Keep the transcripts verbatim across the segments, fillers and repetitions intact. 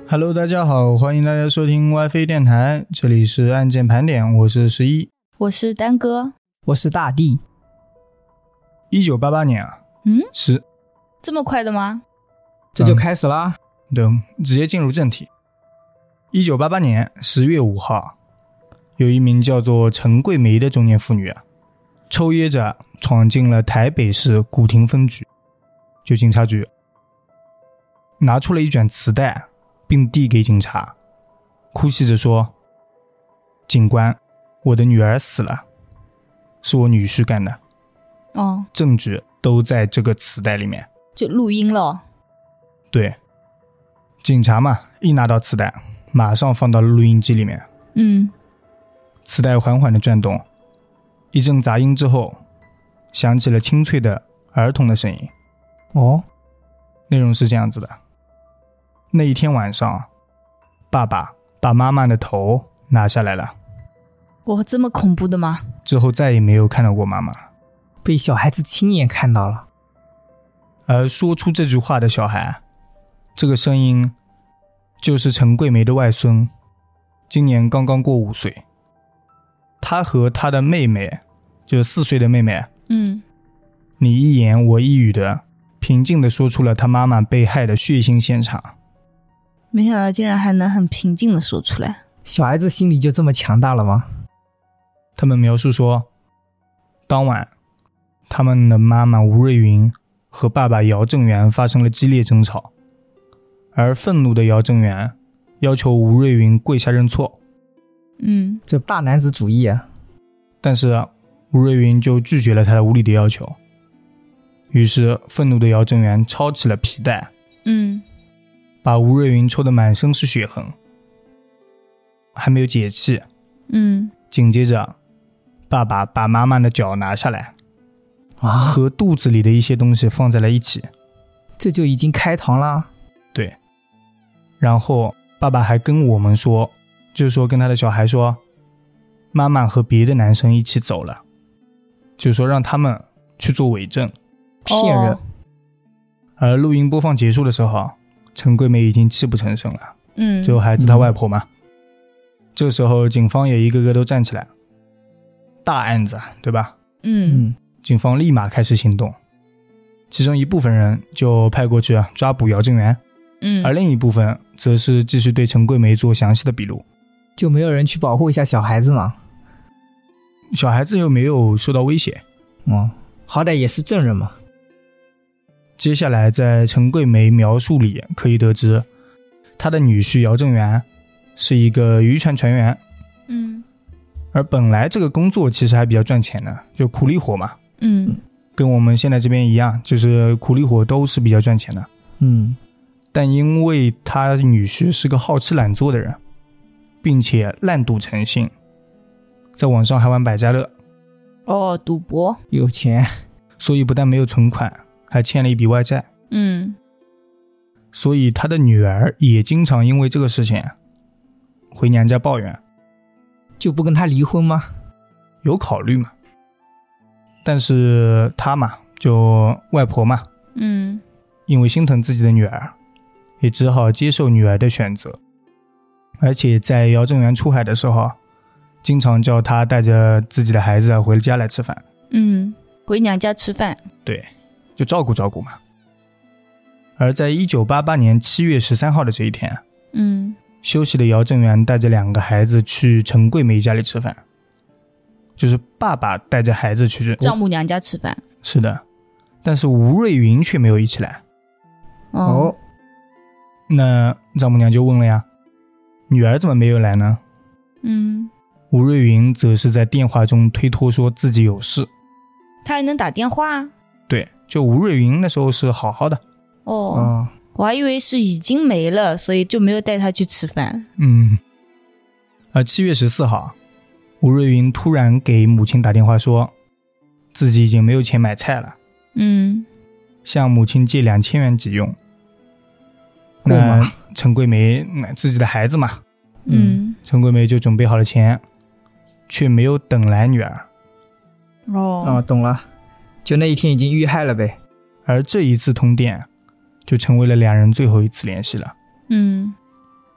Hello， 大家好，欢迎大家收听 W I F I 电台，这里是案件盘点，我是十一， 我是丹哥， 我是大地。 一九八八年啊， 嗯， 是这么快的吗？ 这就开始啦。 嗯、对，直接进入正题。一九八八年十月五号，有一名叫做陈桂梅的中年妇女啊，抽噎着闯进了台北市古亭分局，就警察局，拿出了一卷磁带，并递给警察，哭泣着说：“警官，我的女儿死了，是我女婿干的。” 哦， 证据都在这个磁带里面， 就录音了。 对，警察嘛，一拿到磁带，马上放到了录音机里面。 嗯， 磁带缓缓地转动，一阵杂音之后，响起了清脆的儿童的声音。 哦， 内容是这样子的：那一天晚上，爸爸把妈妈的头拿下来了。 哇，这么恐怖的吗？ 之后再也没有看到过妈妈， 被小孩子亲眼看到了。 而说出这句话的小孩，这个声音就是陈桂梅的外孙，今年刚刚过五岁。他和他的妹妹，就是四岁的妹妹， 嗯， 你一言我一语的平静地说出了他妈妈被害的血腥现场。 没想到竟然还能很平静地说出来。 小孩子心里就这么强大了吗？ 他们描述说，当晚他们的妈妈吴瑞云和爸爸姚正元发生了激烈争吵，而愤怒的姚正元要求吴瑞云跪下认错。 嗯， 这大男子主义啊。 但是吴瑞云就拒绝了他的无理的要求，于是愤怒的姚正元抄起了皮带， 嗯， 把吴瑞云抽得满身是血痕。还没有解气， 嗯， 紧接着爸爸把妈妈的脚拿下来， 啊， 和肚子里的一些东西放在了一起。 这就已经开膛了。 对，然后爸爸还跟我们说，就是说跟他的小孩说，妈妈和别的男生一起走了，就是说让他们去做伪证， 骗人。 哦， 而录音播放结束的时候，陈桂梅已经泣不成声了。 嗯， 最后孩子他外婆嘛，嗯、这时候警方也一个个都站起来，大案子对吧？ 嗯， 警方立马开始行动，其中一部分人就派过去抓捕姚正元， 嗯， 而另一部分则是继续对陈桂梅做详细的笔录。 就没有人去保护一下小孩子吗？ 小孩子又没有受到威胁， 哦，好歹也是证人嘛。 接下来在陈桂梅描述里可以得知，他的女婿姚正元是一个渔船船员， 嗯， 而本来这个工作其实还比较赚钱的，就苦力活嘛， 嗯， 跟我们现在这边一样，就是苦力活都是比较赚钱的。 嗯， 但因为他女婿是个好吃懒做的人，并且烂赌成性，在网上还玩百家乐， 哦，赌博， 有钱， 所以不但没有存款，还欠了一笔外债。 嗯， 所以他的女儿也经常因为这个事情回娘家抱怨。 就不跟他离婚吗？ 有考虑嘛，但是他嘛，就外婆嘛， 嗯， 因为心疼自己的女儿，也只好接受女儿的选择。而且在姚正元出海的时候，经常叫他带着自己的孩子回家来吃饭。 嗯，回娘家吃饭。 对，就照顾照顾嘛。而在一九八八年七月十三号的这一天， 嗯， 休息的姚正元带着两个孩子去陈桂梅家里吃饭，就是爸爸带着孩子去丈母娘家吃饭。 是的，但是吴瑞云却没有一起来。 哦， 那丈母娘就问了呀，女儿怎么没有来呢？ 嗯， 吴瑞云则是在电话中推脱说自己有事。 他还能打电话？ 对，就吴瑞云那时候是好好的。 哦， 哦， 我还以为是已经没了，所以就没有带他去吃饭。 嗯，而七月十四号，吴瑞云突然给母亲打电话说，自己已经没有钱买菜了， 嗯， 向母亲借两千元急用。 够吗？ 那陈桂梅那自己的孩子嘛， 嗯， 陈桂梅就准备好了钱，却没有等来女儿。 哦， 哦，懂了，就那一天已经遇害了呗。 而这一次通电就成为了两人最后一次联系了。 嗯，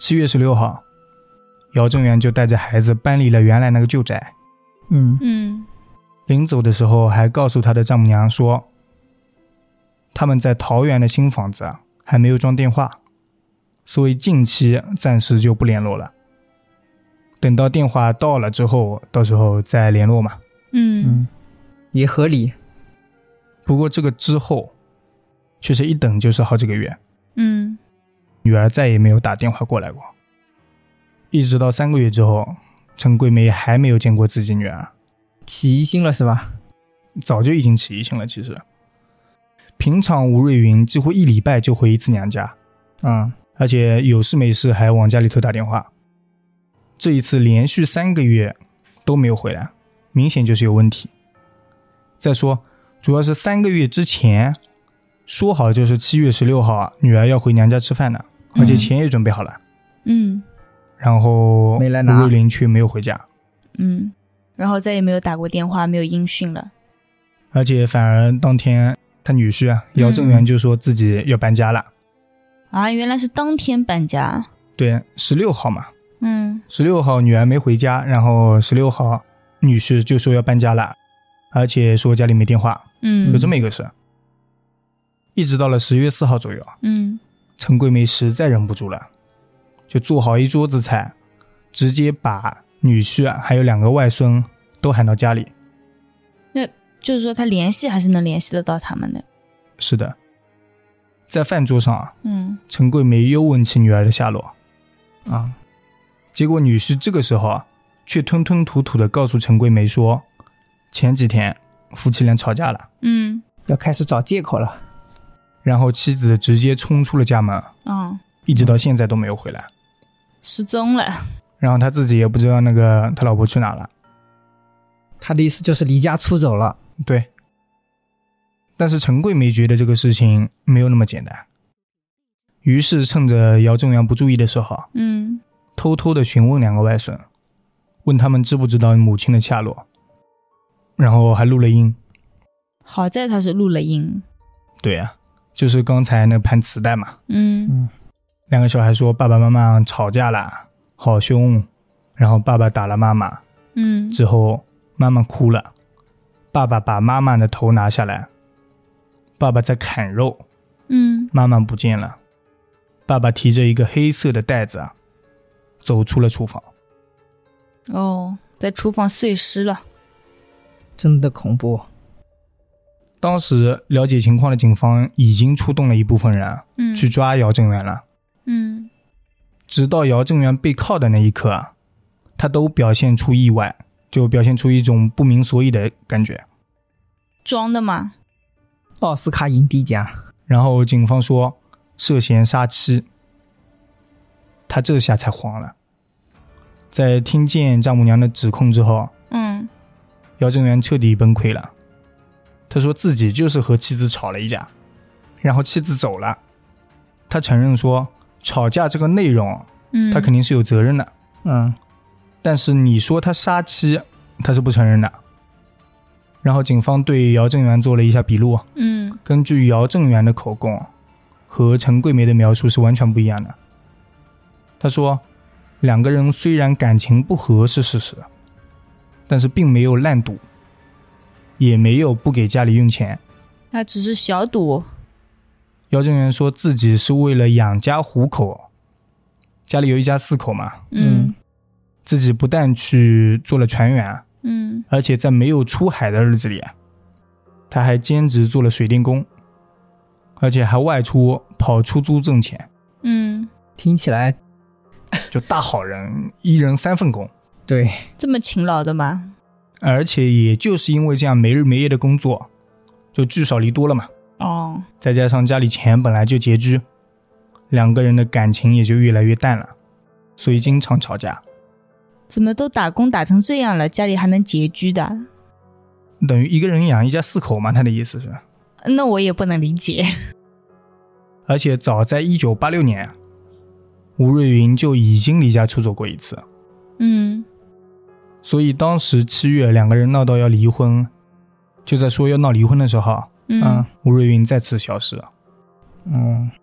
七月十六号，姚正元就带着孩子搬离了原来那个旧宅。 嗯嗯临走的时候还告诉他的丈母娘说，他们在桃园的新房子啊还没有装电话，所以近期暂时就不联络了，等到电话到了之后到时候再联络嘛。 嗯嗯，也合理。 不过这个之后却是一等就是好几个月， 嗯女儿再也没有打电话过来过。一直到三个月之后，陈桂梅还没有见过自己女儿， 起疑心了是吧？ 早就已经起疑心了。其实平常吴瑞云几乎一礼拜就回一次娘家， 嗯， 而且有事没事还往家里头打电话。这一次连续三个月都没有回来，明显就是有问题。再说主要是三个月之前说好就是七月十六号啊，女儿要回娘家吃饭的，而且钱也准备好了。 嗯然后没来拿吴瑞林却没有回家， 嗯，然后再也没有打过电话，没有音讯了。 而且反而当天他女婿啊姚正元就说自己要搬家了。 啊，原来是当天搬家。 对，十六号嘛， 嗯十六号女儿没回家，然后十六号女婿就说要搬家了，而且说家里没电话， 嗯有这么一个事。一直到了十月四号左右， 嗯陈桂梅实在忍不住了，就做好一桌子菜，直接把女婿啊还有两个外孙都喊到家里。 就是说他联系还是能联系得到他们的。 是的，在饭桌上啊， 嗯陈桂梅又问起女儿的下落啊， 结果女婿这个时候啊，却吞吞吐吐地告诉陈桂梅说，前几天夫妻俩吵架了， 嗯要开始找借口了。 然后妻子直接冲出了家门， 嗯， 一直到现在都没有回来。 失踪了。 然后他自己也不知道那个他老婆去哪了。 他的意思就是离家出走了。 对，但是陈桂梅觉得这个事情没有那么简单，于是趁着姚正元不注意的时候， 嗯偷偷的询问两个外孙，问他们知不知道母亲的下落，然后还录了音。 好在他是录了音。 对啊，就是刚才那盘磁带嘛。 嗯嗯， 两个小孩说爸爸妈妈吵架了，好凶，然后爸爸打了妈妈， 嗯之后妈妈哭了，爸爸把妈妈的头拿下来，爸爸在砍肉， 嗯妈妈不见了，爸爸提着一个黑色的袋子啊，走出了厨房。 哦，在厨房碎尸了。 真的恐怖。 当时了解情况的警方已经出动了一部分人嗯去抓姚正元了。 嗯直到姚正元被铐的那一刻啊，他都表现出意外，就表现出一种不明所以的感觉。 装的嘛。 奥斯卡影帝奖。 然后警方说涉嫌杀妻，他这下才慌了。在听见丈母娘的指控之后， 嗯姚正元彻底崩溃了。他说自己就是和妻子吵了一架，然后妻子走了。他承认说吵架这个内容嗯， 他肯定是有责任的， 嗯， 但是你说他杀妻他是不承认的。然后警方对姚正元做了一下笔录， 嗯根据姚正元的口供和陈桂梅的描述是完全不一样的。他说两个人虽然感情不和是事实，但是并没有烂赌，也没有不给家里用钱。 他只是小赌。 姚正元说自己是为了养家糊口，家里有一家四口嘛， 嗯自己不但去做了船员， 嗯而且在没有出海的日子里，他还兼职做了水电工，而且还外出跑出租挣钱， 嗯， 听起来就大好人，一人三份工。 对。 这么勤劳的吗？ 而且也就是因为这样没日没夜的工作，就聚少离多了嘛。 哦， 再加上家里钱本来就拮据，两个人的感情也就越来越淡了，所以经常吵架。 怎么都打工打成这样了，家里还能拮据的？ 等于一个人养一家四口嘛，他的意思是。 那我也不能理解。 而且早在一九八六年，吴瑞云就已经离家出走过一次。 嗯所以当时七月两个人闹到要离婚，就在说要闹离婚的时候， 嗯嗯吴瑞云再次消失了。 嗯，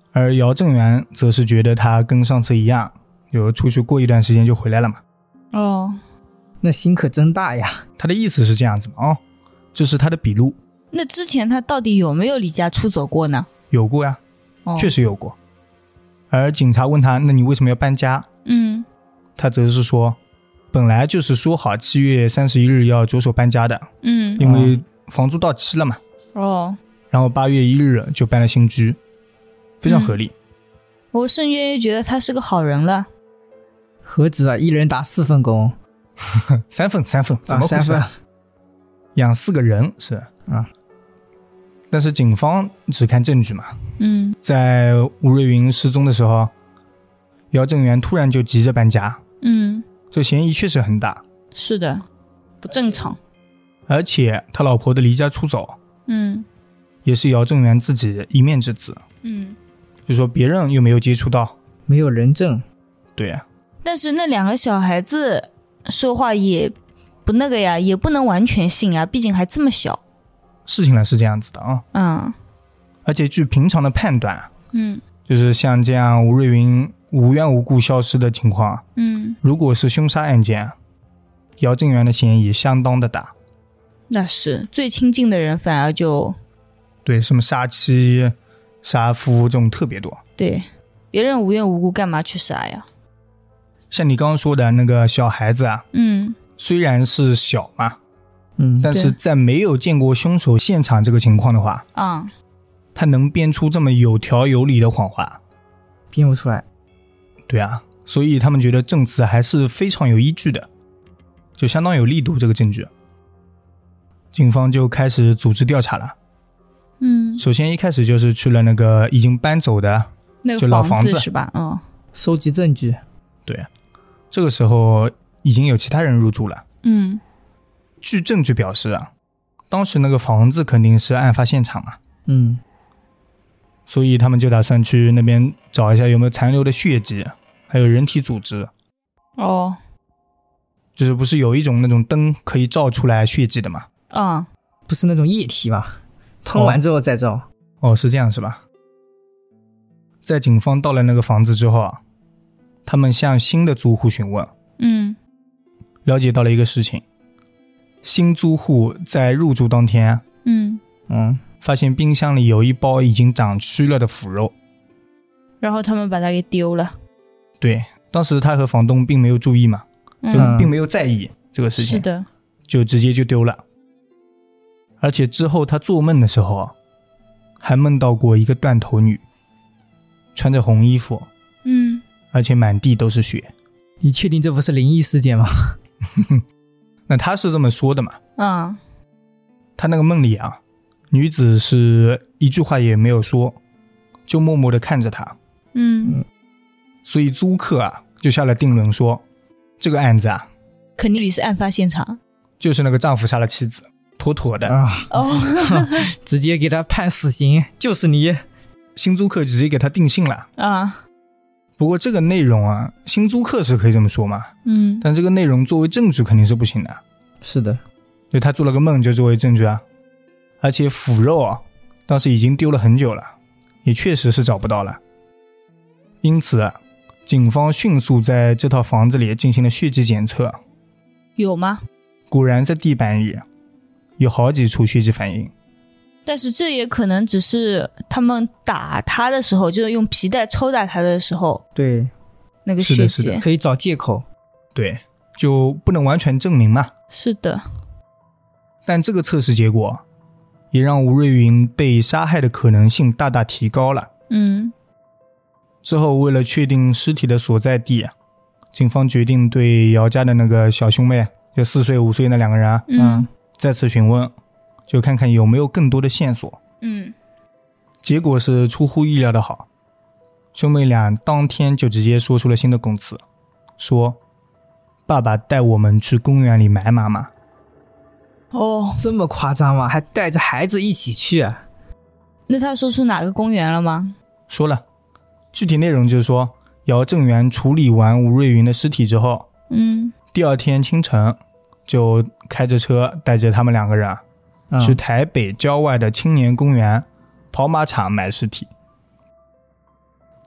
而姚正元则是觉得他跟上次一样，就出去过一段时间就回来了嘛。 哦， 那心可真大呀。 他的意思是这样子嘛，哦，这是他的笔录。 那之前他到底有没有离家出走过呢？ 有过呀， 哦、 确实有过。而警察问他，那你为什么要搬家？ 嗯， 他则是说，本来就是说好七月三十一日要着手搬家的， 嗯， 因为房租到期了嘛。 哦， 然后八月一日就搬了新居，非常合理。 嗯、我甚愿觉得他是个好人了。 何止啊，一人打四份工。 三份三份怎么回事、 啊、三份养四个人是啊。 但是警方只看证据嘛。 嗯， 在吴瑞云失踪的时候，姚正元突然就急着搬家。 嗯， 这嫌疑确实很大。 是的，不正常。 而且他老婆的离家出走， 嗯， 也是姚正元自己一面之词。 嗯， 就说别人又没有接触到， 没有人证。 对啊。 但是那两个小孩子说话也不那个呀，也不能完全信呀，毕竟还这么小。 事情呢是这样子的啊。 嗯。 而且据平常的判断， 嗯， 就是像这样吴瑞云无缘无故消失的情况， 嗯， 如果是凶杀案件，姚正元的嫌疑相当的大。 那是最亲近的人反而就对，什么杀妻杀夫这种特别多。 对，别人无缘无故干嘛去杀呀？ 像你刚刚说的那个小孩子啊， 嗯， 虽然是小嘛， 嗯， 但是在没有见过凶手现场这个情况的话， 啊、嗯， 他能编出这么有条有理的谎话， 编不出来。 对啊，所以他们觉得证词还是非常有依据的，就相当有力度这个证据。警方就开始组织调查了。 嗯， 首先一开始就是去了那个已经搬走的那个就老房子是吧？嗯， 收集证据。 对，这个时候已经有其他人入住了。 嗯， 据证据表示啊，当时那个房子肯定是案发现场嘛。 嗯， 所以他们就打算去那边找一下有没有残留的血迹，还有人体组织。 哦， 就是不是有一种那种灯可以照出来血迹的吗？ 啊、嗯， 不是那种液体吗？喷完之后再照。 哦，是这样是吧？在警方到了那个房子之后啊，他们向新的租户询问， 嗯， 了解到了一个事情，新租户在入住当天， 嗯嗯， 发现冰箱里有一包已经长蛆了的腐肉， 然后他们把它给丢了。 对，当时他和房东并没有注意嘛，就并没有在意这个事情， 是的， 就直接就丢了。而且之后他做梦的时候啊，还梦到过一个断头女，穿着红衣服， 嗯， 而且满地都是血。 你确定这不是灵异事件吗？ 那他是这么说的嘛？ 嗯， 他那个梦里啊，女子是一句话也没有说，就默默地看着他。 嗯， 所以租客啊就下了定论说，这个案子啊， 肯定是案发现场， 就是那个丈夫杀了妻子，妥妥的啊！ 哦， 直接给他判死刑，就是你。 新租客直接给他定性了啊。 不过这个内容啊，新租客是可以这么说嘛， 嗯， 但这个内容作为证据肯定是不行的。 是的， 就他做了个梦就作为证据啊，而且腐肉啊，当时已经丢了很久了，也确实是找不到了。因此啊，警方迅速在这套房子里进行了血迹检测。 有吗？ 果然在地板里有好几处血迹反应。 但是这也可能只是他们打他的时候，就是用皮带抽打他的时候， 对， 那个血迹可以找借口。 对，就不能完全证明嘛。 是的。 但这个测试结果也让吴瑞云被杀害的可能性大大提高了。 嗯。 之后为了确定尸体的所在地，警方决定对姚家的那个小兄妹，就四岁五岁那两个人啊， 嗯， 再次询问，就看看有没有更多的线索。 嗯， 结果是出乎意料的好，兄妹俩当天就直接说出了新的供词，说爸爸带我们去公园里埋妈妈。 哦， 这么夸张吗？还带着孩子一起去啊？ 那他说出哪个公园了吗？ 说了，具体内容就是说，姚正元处理完吴瑞云的尸体之后， 嗯， 第二天清晨就开着车带着他们两个人、嗯、去台北郊外的青年公园跑马场埋尸体。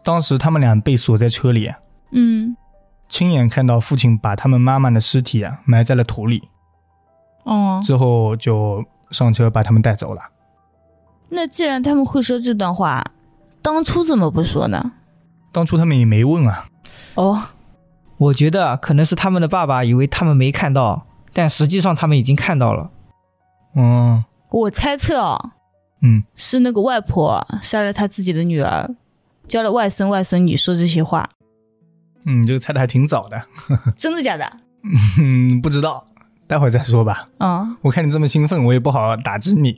当时他们俩被锁在车里， 嗯， 亲眼看到父亲把他们妈妈的尸体啊埋在了土里， 哦， 之后就上车把他们带走了。 那既然他们会说这段话，当初怎么不说呢？ 当初他们也没问啊。 哦， 我觉得可能是他们的爸爸以为他们没看到，但实际上他们已经看到了。 嗯， 我猜测啊， 嗯， 是那个外婆杀了他自己的女儿，教了外孙外孙女说这些话。 嗯，这个猜的还挺早的。 真的假的？ 嗯，不知道，待会儿再说吧。 嗯， 我看你这么兴奋，我也不好打击你。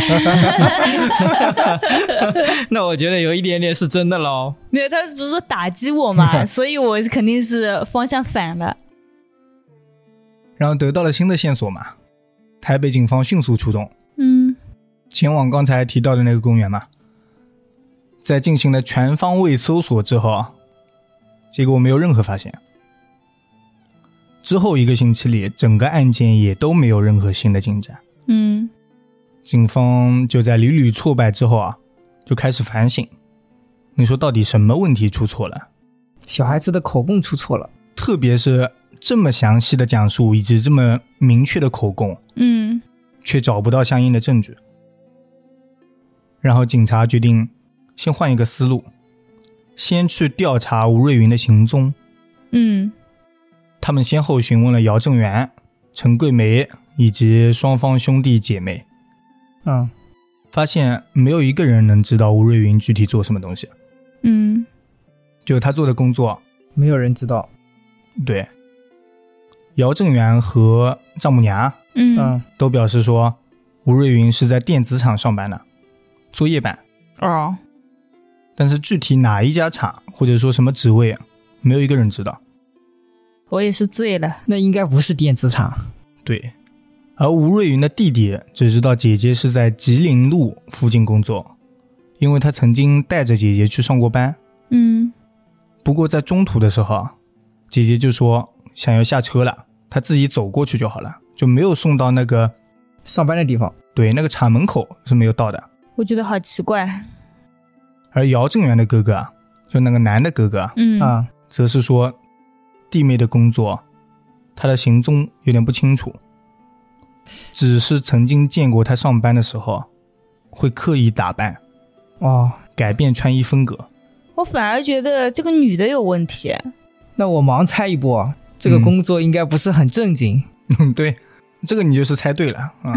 那我觉得有一点点是真的咯。 没有，他不是说打击我嘛，所以我肯定是方向反了。 然后得到了新的线索嘛，台北警方迅速出动， 嗯， 前往刚才提到的那个公园嘛。在进行了全方位搜索之后啊，结果没有任何发现。之后一个星期里，整个案件也都没有任何新的进展。 嗯， 警方就在屡屡挫败之后啊，就开始反省，你说到底什么问题出错了？ 小孩子的口供出错了， 特别是这么详细的讲述以及这么明确的口供， 嗯， 却找不到相应的证据。然后警察决定先换一个思路，先去调查吴瑞云的行踪。 嗯， 他们先后询问了姚正元、陈桂梅以及双方兄弟姐妹， 嗯， 发现没有一个人能知道吴瑞云具体做什么东西。 嗯， 就他做的工作， 没有人知道。 对，姚正元和丈母娘嗯， 嗯， 都表示说吴瑞云是在电子厂上班的，做夜班。 哦， 但是具体哪一家厂或者说什么职位，没有一个人知道。 我也是醉了。 那应该不是电子厂。 对，而吴瑞云的弟弟只知道姐姐是在吉林路附近工作，因为他曾经带着姐姐去上过班。 嗯， 不过在中途的时候，姐姐就说想要下车了，她自己走过去就好了，就没有送到那个上班的地方。 对，那个厂门口是没有到的。 我觉得好奇怪。 而姚正元的哥哥，就那个男的哥哥， 嗯， 啊， 则是说弟妹的工作，他的行踪有点不清楚，只是曾经见过他上班的时候会刻意打扮， 哦， 改变穿衣风格。 我反而觉得这个女的有问题。 那我盲猜一波，这个工作应该不是很正经。 嗯，对，这个你就是猜对了啊。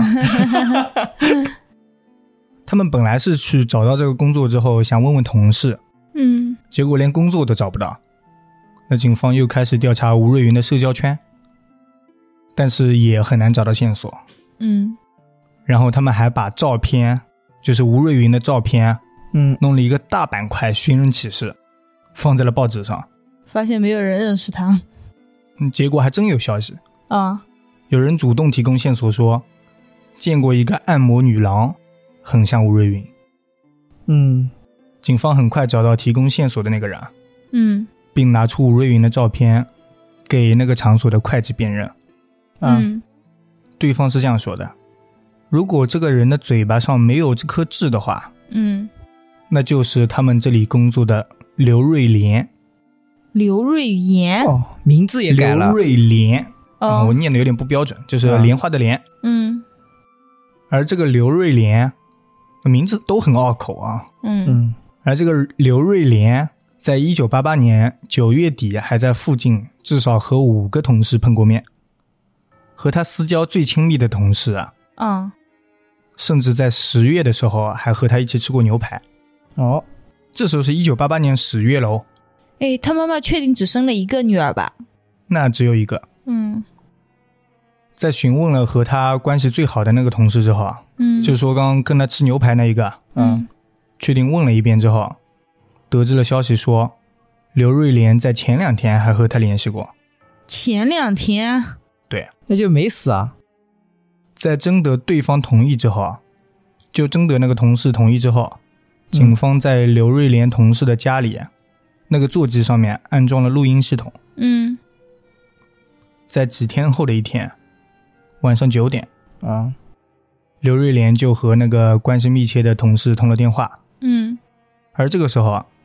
他们本来是去找到这个工作之后想问问同事， 嗯， 结果连工作都找不到。那警方又开始调查吴瑞云的社交圈，但是也很难找到线索。 嗯， 然后他们还把照片，就是吴瑞云的照片， 嗯， 弄了一个大板块寻人启事，放在了报纸上。 发现没有人认识他。 嗯，结果还真有消息， 啊， 有人主动提供线索说，见过一个按摩女郎，很像吴瑞云。 嗯， 警方很快找到提供线索的那个人， 嗯， 并拿出吴瑞云的照片给那个场所的会计辨认。 啊， 嗯， 对方是这样说的，如果这个人的嘴巴上没有这颗痣的话， 嗯， 那就是他们这里工作的刘瑞莲。 刘瑞妍。 哦，名字也改了。 刘瑞莲， 哦， 嗯，我念的有点不标准，就是嗯莲花的莲。 嗯而这个刘瑞莲名字都很拗口啊。 嗯嗯， 而这个刘瑞莲在一九八八年九月底还在附近至少和五个同事碰过面，和他私交最亲密的同事啊， 嗯， 甚至在十月的时候还和他一起吃过牛排。 哦， 这时候是一九八八年十月喽， 哎，他妈妈确定只生了一个女儿吧？ 那只有一个。 嗯在询问了和他关系最好的那个同事之后啊， 嗯， 就是说刚刚跟他吃牛排那一个， 嗯确定问了一遍之后，得知了消息说刘瑞莲在前两天还和他联系过。 前两天。 对， 那就没死啊。 在征得对方同意之后啊，就征得那个同事同意之后，警方在刘瑞莲同事的家里、啊、那个座机上面安装了录音系统。 嗯在几天后的一天晚上九点， 啊， 刘瑞莲就和那个关系密切的同事通了电话。 嗯而这个时候啊，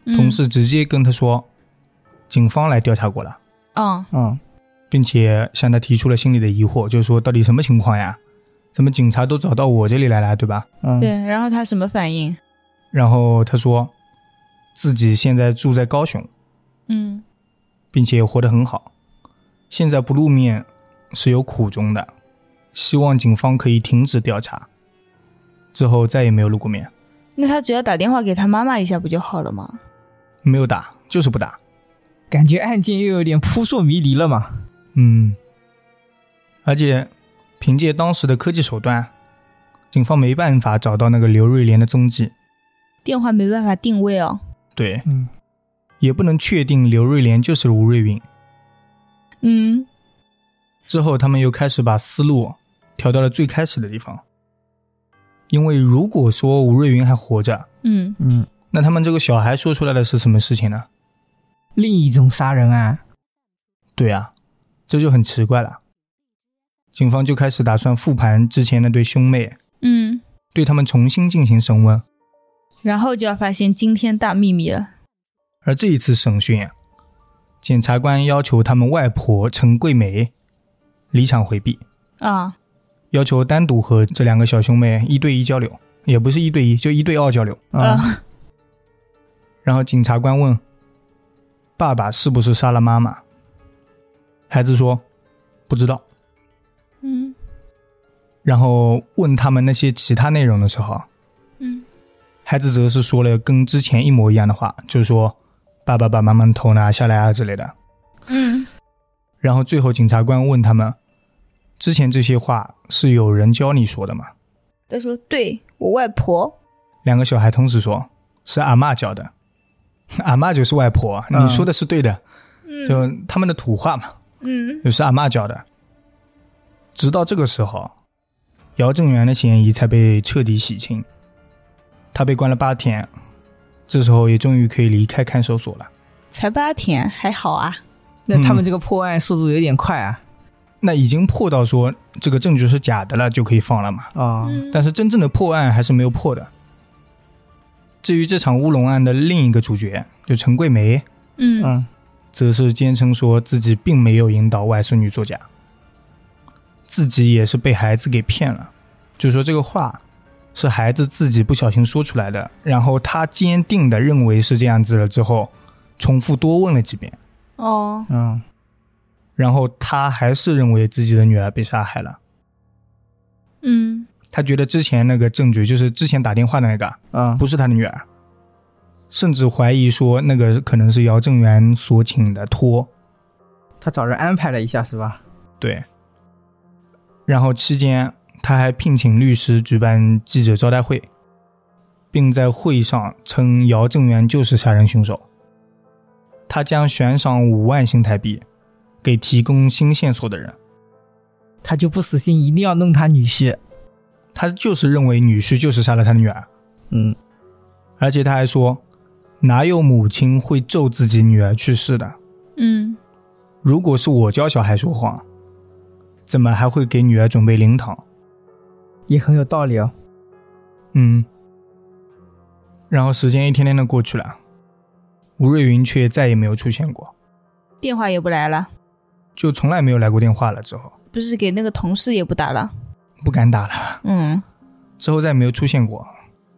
同事直接跟他说，警方来调查过了， 嗯嗯， 并且向他提出了心里的疑惑，就是说到底什么情况呀？怎么警察都找到我这里来了，对吧？ 嗯， 对，然后他什么反应？ 然后他说自己现在住在高雄， 嗯并且活得很好，现在不露面是有苦衷的，希望警方可以停止调查。之后再也没有露过面。 那他只要打电话给他妈妈一下不就好了吗？ 没有打，就是不打。 感觉案件又有点扑朔迷离了嘛。 嗯，而且凭借当时的科技手段，警方没办法找到那个刘瑞莲的踪迹， 电话没办法定位哦。 对， 嗯， 也不能确定刘瑞莲就是吴瑞云。 嗯， 之后他们又开始把思路调到了最开始的地方，因为如果说吴瑞云还活着， 嗯嗯， 那他们这个小孩说出来的是什么事情呢？ 另一种杀人案。 对啊，这就很奇怪了。警方就开始打算复盘之前那对兄妹， 嗯， 对他们重新进行审问。 然后就要发现惊天大秘密了。 而这一次审讯，检察官要求他们外婆陈桂梅离场回避， 啊， 要求单独和这两个小兄妹一对一交流，也不是一对一，就一对二交流。 啊、 嗯然后检察官问爸爸是不是杀了妈妈，孩子说不知道。 嗯然后问他们那些其他内容的时候， 嗯， 孩子则是说了跟之前一模一样的话，就是说爸爸把妈妈的头拿下来啊之类的。 嗯， 然后最后检察官问他们，之前这些话是有人教你说的吗？ 他说对，我外婆。 两个小孩同时说是阿嬷教的。阿嬷就是外婆， 嗯你说的是对的， 嗯就他们的土话嘛， 嗯就是阿嬷教的。直到这个时候，姚正元的嫌疑才被彻底洗清，他被关了八天，这时候也终于可以离开看守所了。 才八天，还好啊。 那他们这个破案速度有点快啊。 那已经破到说这个证据是假的了就可以放了嘛。 哦， 嗯但是真正的破案还是没有破的。至于这场乌龙案的另一个主角，就陈桂梅， 嗯嗯， 则是坚称说自己并没有引导外孙女作假，自己也是被孩子给骗了，就说这个话是孩子自己不小心说出来的，然后他坚定的认为是这样子了之后，重复多问了几遍， 哦， 嗯， 然后他还是认为自己的女儿被杀害了。 嗯他觉得之前那个证据，就是之前打电话的那个， 嗯， 不是他的女儿，甚至怀疑说那个可能是姚正元所请的托。 他找人安排了一下是吧？ 对。然后期间他还聘请律师举办记者招待会，并在会上称姚正元就是杀人凶手。他将悬赏五万新台币给提供新线索的人。 他就不死心，一定要弄他女婿。 他就是认为女婿就是杀了他的女儿。 嗯， 而且他还说，哪有母亲会咒自己女儿去世的？ 嗯如果是我教小孩说谎，怎么还会给女儿准备灵堂？ 也很有道理哦。 嗯。然后时间一天天的过去了，吴瑞云却再也没有出现过， 电话也不来了， 就从来没有来过电话了。之后不是给那个同事也不打了。 不敢打了， 嗯之后再没有出现过。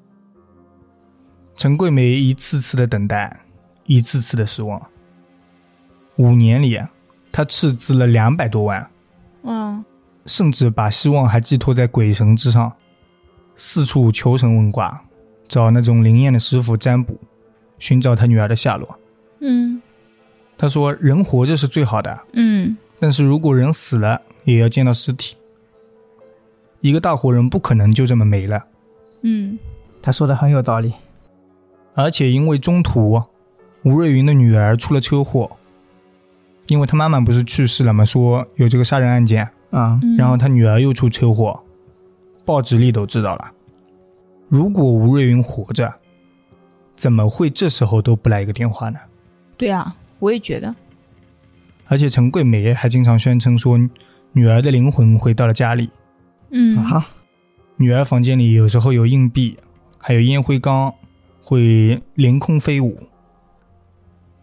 陈桂梅一次次的等待，一次次的失望。五年里，她斥资了两百多万， 嗯甚至把希望还寄托在鬼神之上，四处求神问卦，找那种灵验的师傅占卜，寻找他女儿的下落。 嗯他说人活着是最好的， 嗯但是如果人死了也要见到尸体，一个大活人不可能就这么没了。 嗯， 他说的很有道理。 而且因为中途吴瑞云的女儿出了车祸，因为他妈妈不是去世了吗，说有这个杀人案件， 啊、 嗯然后他女儿又出车祸，报纸里都知道了。如果吴瑞云活着，怎么会这时候都不来一个电话呢？ 对啊，我也觉得。 而且陈桂梅还经常宣称说女儿的灵魂回到了家里。 嗯啊， 女儿房间里有时候有硬币，还有烟灰缸会凌空飞舞，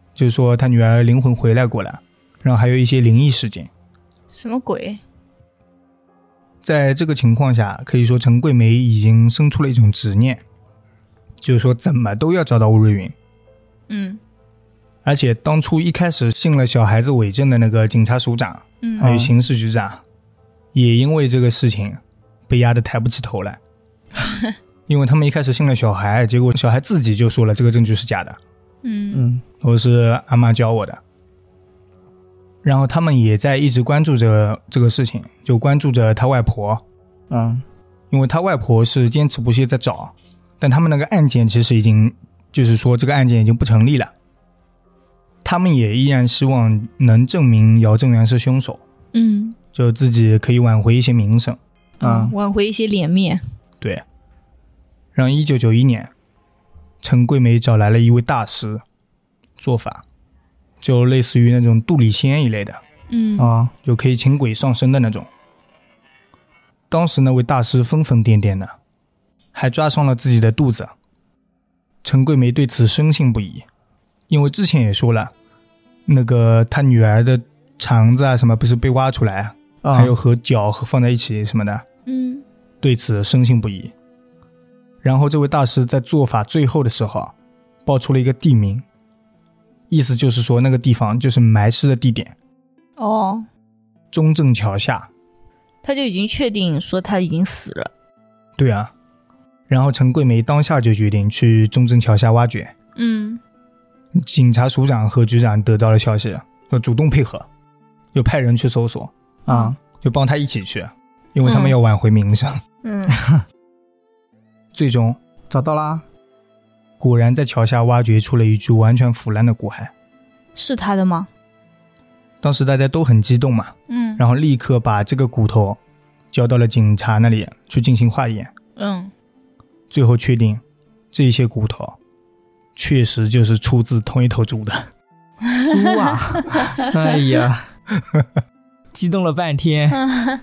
就是说他女儿灵魂回来过了，然后还有一些灵异事件。 什么鬼？ 在这个情况下，可以说陈桂梅已经生出了一种执念，就是说怎么都要找到吴瑞云。 嗯， 而且当初一开始信了小孩子伪证的那个警察署长， 嗯， 还有刑事局长，也因为这个事情被压得抬不起头来。因为他们一开始信了小孩，结果小孩自己就说了这个证据是假的， 嗯嗯， 都是阿妈教我的。然后他们也在一直关注着这个事情，就关注着他外婆， 嗯， 因为他外婆是坚持不懈在找，但他们那个案件其实已经，就是说这个案件已经不成立了。他们也依然希望能证明姚正元是凶手， 嗯， 就自己可以挽回一些名声， 啊、嗯，挽回一些脸面。 对。然后一九九一年，陈桂梅找来了一位大师做法，就类似于那种杜里仙一类的， 嗯啊， 就可以请鬼上身的那种。当时那位大师疯疯癫癫的，还抓伤了自己的肚子。陈桂梅对此深信不疑，因为之前也说了，那个他女儿的肠子啊什么不是被挖出来， 啊还有和脚和放在一起什么的， 嗯， 对此深信不疑。然后这位大师在做法最后的时候啊，报出了一个地名，意思就是说那个地方就是埋尸的地点。 哦， 中正桥下。 他就已经确定说他已经死了。 对啊。然后陈桂梅当下就决定去中正桥下挖掘。 嗯， 警察署长和局长得到了消息，就主动配合，就派人去搜索啊， 就帮他一起去，因为他们要挽回名声。 嗯， 最终找到啦， 果然在桥下挖掘出了一具完全腐烂的骨骸。 是他的吗？ 当时大家都很激动嘛， 嗯， 然后立刻把这个骨头交到了警察那里去进行化验。 嗯， 最后确定这些骨头确实就是出自同一头猪的。 猪啊！哎呀，激动了半天。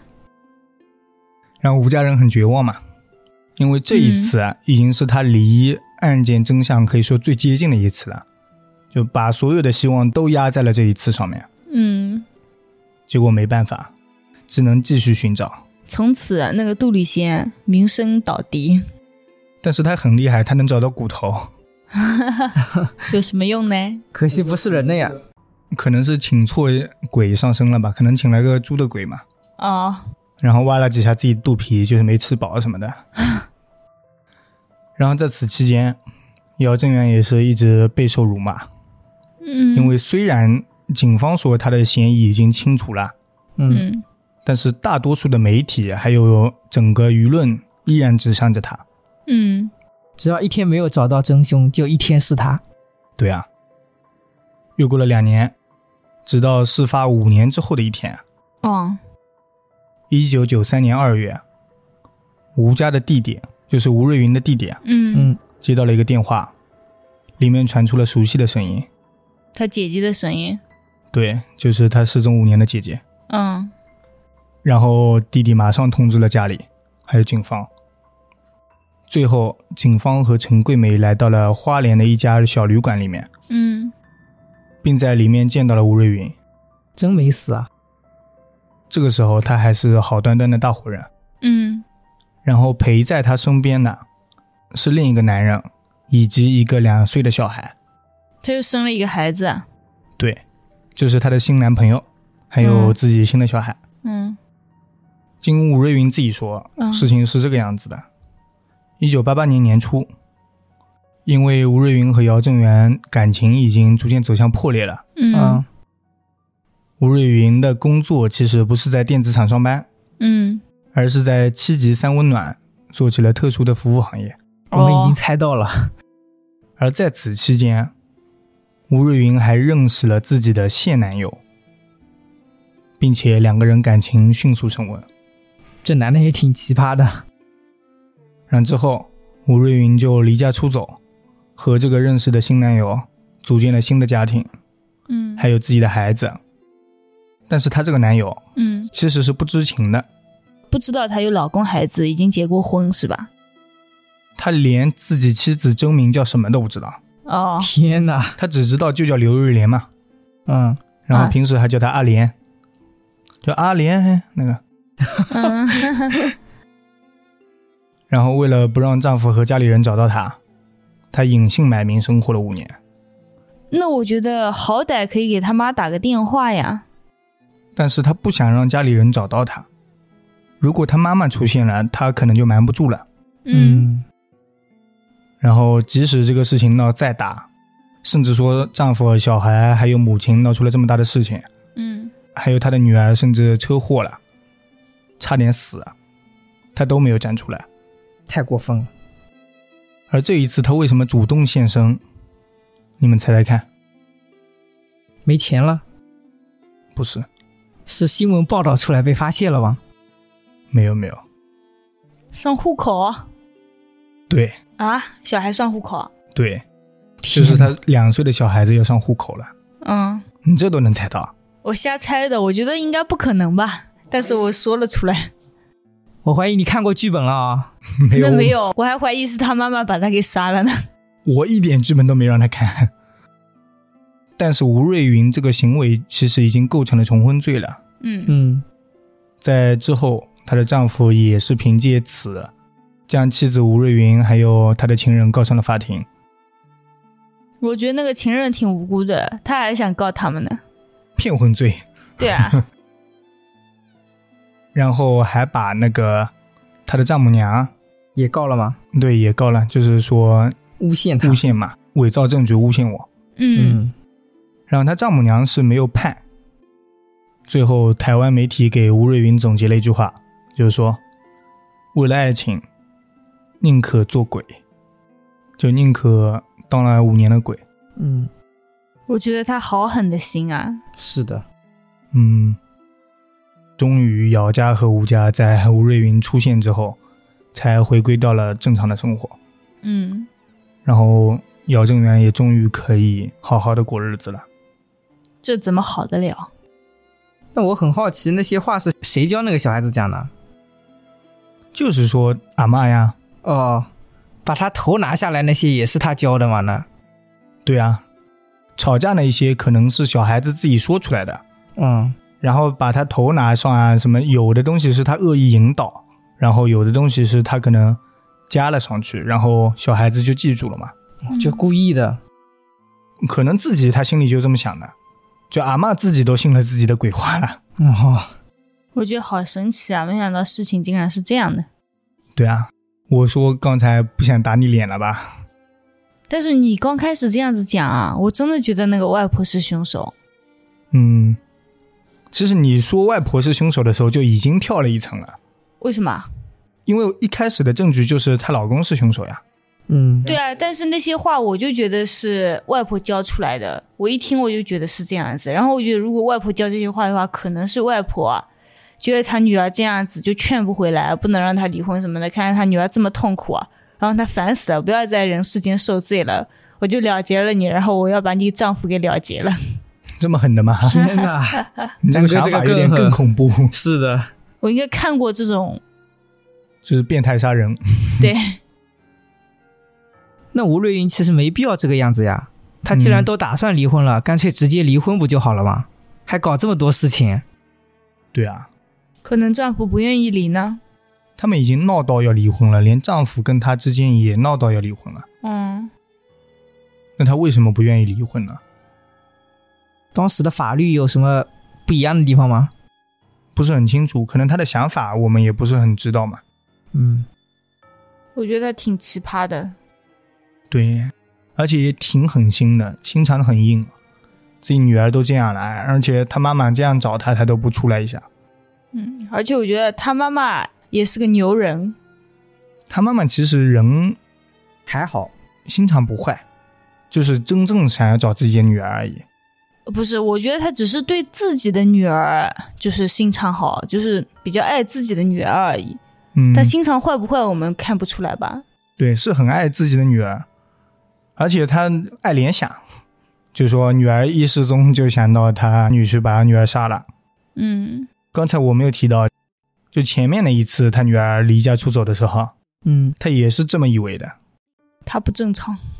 然后吴家人很绝望嘛，因为这一次啊，已经是他离案件真相可以说最接近的一次了，就把所有的希望都压在了这一次上面。 嗯， 结果没办法，只能继续寻找。 从此那个杜里仙名声倒地。 但是他很厉害，他能找到骨头。 有什么用呢？ 可惜不是人的呀。 可能是请错鬼上身了吧，可能请了个猪的鬼嘛。 哦， 然后挖了几下自己肚皮，就是没吃饱什么的。然后在此期间，姚正元也是一直备受辱骂。 嗯， 因为虽然警方说他的嫌疑已经清除了， 嗯， 但是大多数的媒体还有整个舆论依然指向着他。 嗯， 只要一天没有找到真凶，就一天是他。 对啊。又过了两年，直到事发五年之后的一天， 哦， 一九九三年二月，吴家的弟弟，就是吴瑞云的弟弟， 嗯嗯， 接到了一个电话，里面传出了熟悉的声音。 他姐姐的声音。 对，就是他失踪五年的姐姐。 嗯， 然后弟弟马上通知了家里，还有警方。最后，警方和陈桂梅来到了花莲的一家小旅馆里面， 嗯， 并在里面见到了吴瑞云。 真没死啊！ 这个时候，他还是好端端的大活人。 嗯， 然后陪在他身边的是另一个男人，以及一个两岁的小孩。 他又生了一个孩子啊。 对，就是他的新男朋友，还有自己新的小孩。 嗯， 经吴瑞云自己说， 嗯事情是这个样子的。一九八八年年初，因为吴瑞云和姚正元感情已经逐渐走向破裂了。 嗯， 啊， 吴瑞云的工作其实不是在电子厂上班， 嗯， 而是在七级三温暖做起了特殊的服务行业。 我们已经猜到了。 而在此期间，吴瑞云还认识了自己的现男友，并且两个人感情迅速升温。 这男的也挺奇葩的。 然后之后，吴瑞云就离家出走，和这个认识的新男友组建了新的家庭， 嗯， 还有自己的孩子。但是她这个男友， 嗯， 其实是不知情的， 不知道她有老公孩子，已经结过婚是吧？ 他连自己妻子真名叫什么都不知道。 哦， 天哪， 他只知道就叫刘瑞莲嘛， 嗯， 然后平时还叫他阿莲，叫阿莲那个。 嗯， 然后为了不让丈夫和家里人找到她，她隐姓埋名生活了五年。 那我觉得好歹可以给他妈打个电话呀。 但是她不想让家里人找到她，如果她妈妈出现了，她可能就瞒不住了。 嗯， 然后即使这个事情闹再大，甚至说丈夫、小孩还有母亲闹出了这么大的事情， 嗯， 还有她的女儿甚至车祸了，差点死了，她都没有站出来。 太过分了。 而这一次她为什么主动现身？你们猜猜看？ 没钱了？ 不是， 是新闻报道出来被发现了吗？ 没有没有。 上户口对啊？小孩上户口？ 对，就是他两岁的小孩子要上户口了。 嗯， 你这都能猜到？ 我瞎猜的，我觉得应该不可能吧，但是我说了出来。 我怀疑你看过剧本了啊！ 没有， 那没有，我还怀疑是他妈妈把他给杀了呢。 我一点剧本都没让他看。但是吴瑞云这个行为其实已经构成了重婚罪了。 嗯嗯， 在之后，她的丈夫也是凭借此，将妻子吴瑞云还有她的情人告上了法庭。 我觉得那个情人挺无辜的，他还想告他们呢。 骗婚罪。 对啊。 然后还把那个她的丈母娘也告了吗？ 对，也告了，就是说诬陷他， 诬陷嘛，伪造证据诬陷我。 嗯， 然后她丈母娘是没有判。最后台湾媒体给吴瑞云总结了一句话，就是说为了爱情宁可做鬼，就宁可当了五年的鬼。 嗯， 我觉得他好狠的心啊。 是的。 嗯，终于姚家和吴家在吴瑞云出现之后才回归到了正常的生活。 嗯， 然后姚正元也终于可以好好的过日子了。 这怎么好得了？ 那我很好奇，那些话是谁教那个小孩子讲的？ 就是说阿嬷呀。 哦，把他头拿下来那些也是他教的吗？呢？ 对啊，吵架那一些可能是小孩子自己说出来的。 嗯， 然后把他头拿上啊，什么有的东西是他恶意引导，然后有的东西是他可能加了上去，然后小孩子就记住了嘛。 就故意的。 可能自己他心里就这么想的，就阿嬷自己都信了自己的鬼话了。 哦， 我觉得好神奇啊，没想到事情竟然是这样的。 对啊，我说刚才不想打你脸了吧？ 但是你刚开始这样子讲啊，我真的觉得那个外婆是凶手。 嗯，其实你说外婆是凶手的时候就已经跳了一层了。 为什么？ 因为一开始的证据就是她老公是凶手呀。 嗯， 对啊，但是那些话我就觉得是外婆教出来的，我一听我就觉得是这样子。然后我觉得如果外婆教这些话的话，可能是外婆啊觉得她女儿这样子就劝不回来，不能让她离婚什么的，看见她女儿这么痛苦啊，然后她烦死了，不要在人世间受罪了，我就了结了你，然后我要把你丈夫给了结了。 这么狠的吗？ 天哪， 你这个想法有点更恐怖。 是的， 我应该看过这种， 就是变态杀人。 对。 那吴瑞云其实没必要这个样子呀，他既然都打算离婚了，嗯、干脆直接离婚不就好了吗？还搞这么多事情。 对啊， 可能丈夫不愿意离呢。 他们已经闹到要离婚了，连丈夫跟她之间也闹到要离婚了。 嗯， 那他为什么不愿意离婚呢？ 当时的法律有什么不一样的地方吗？ 不是很清楚，可能他的想法我们也不是很知道嘛。 嗯， 我觉得挺奇葩的。 对，而且也挺狠心的，心肠很硬，自己女儿都这样了，而且他妈妈这样找他，他都不出来一下。 嗯，而且我觉得他妈妈也是个牛人。 他妈妈其实人还好， 心肠不坏，就是真正想要找自己的女儿而已。 不是，我觉得他只是对自己的女儿就是心肠好，就是比较爱自己的女儿而已。 嗯， 他心肠坏不坏我们看不出来吧？ 对，是很爱自己的女儿，而且他爱联想，就是说女儿一失踪就想到他女婿把他女儿杀了。 嗯， 刚才我没有提到，就前面的一次他女儿离家出走的时候， 嗯， 他也是这么以为的。 他不正常。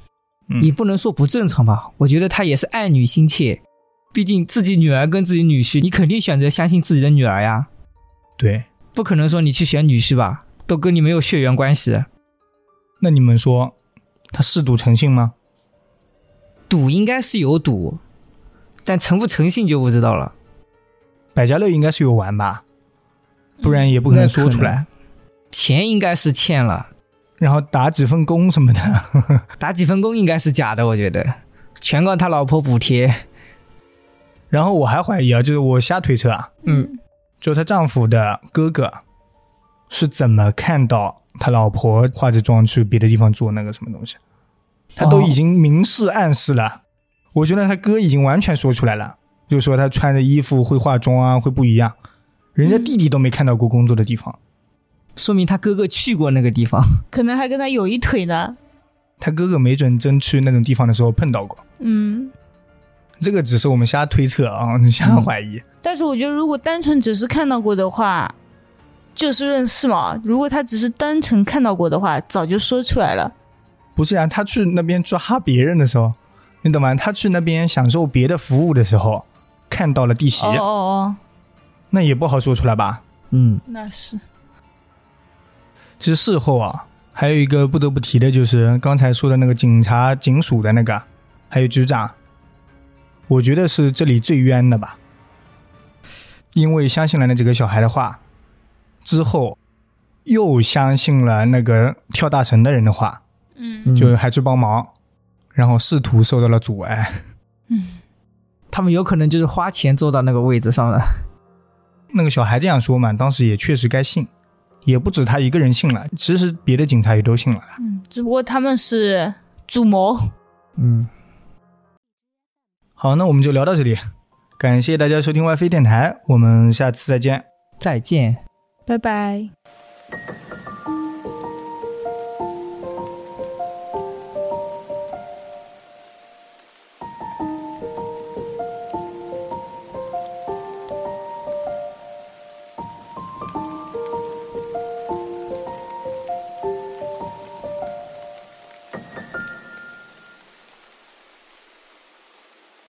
嗯你不能说不正常吧，我觉得他也是爱女心切，毕竟自己女儿跟自己女婿，你肯定选择相信自己的女儿呀， 对， 不可能说你去选女婿吧，都跟你没有血缘关系。 那你们说他嗜赌成性吗？ 赌应该是有赌，但成不成性就不知道了。 百家乐应该是有玩吧，不然也不可能说出来。 钱应该是欠了， 然后打几份工什么的， 打几份工应该是假的，我觉得全靠他老婆补贴。 然后我还怀疑啊，就是我瞎推测啊， 嗯， 就她丈夫的哥哥是怎么看到他老婆化着妆去别的地方做那个什么东西，他都已经明示暗示了、哦、我觉得他哥已经完全说出来了，就说他穿的衣服会化妆啊，会不一样，人家弟弟都没看到过工作的地方、嗯、 说明他哥哥去过那个地方， 可能还跟他有一腿呢。 他哥哥没准真去那种地方的时候碰到过。 嗯， 这个只是我们瞎推测啊，瞎怀疑、嗯、 但是我觉得如果单纯只是看到过的话就事论事嘛，如果他只是单纯看到过的话早就说出来了。 不是啊，他去那边抓别人的时候，你懂吗？他去那边享受别的服务的时候看到了弟媳， 哦哦哦， 那也不好说出来吧。 嗯， 那是。 其实事后啊，还有一个不得不提的就是刚才说的那个警察警署的那个还有局长，我觉得是这里最冤的吧，因为相信了那几个小孩的话之后又相信了那个跳大神的人的话， 嗯， 就还去帮忙，然后仕途受到了阻碍。 嗯， 他们有可能就是花钱坐到那个位置上了。 那个小孩这样说嘛，当时也确实该信，也不止他一个人信了，其实别的警察也都信了。 嗯，只不过他们是主谋。 嗯， 好，那我们就聊到这里，感谢大家收听 WiFi 电台，我们下次再见。 再见， 拜拜。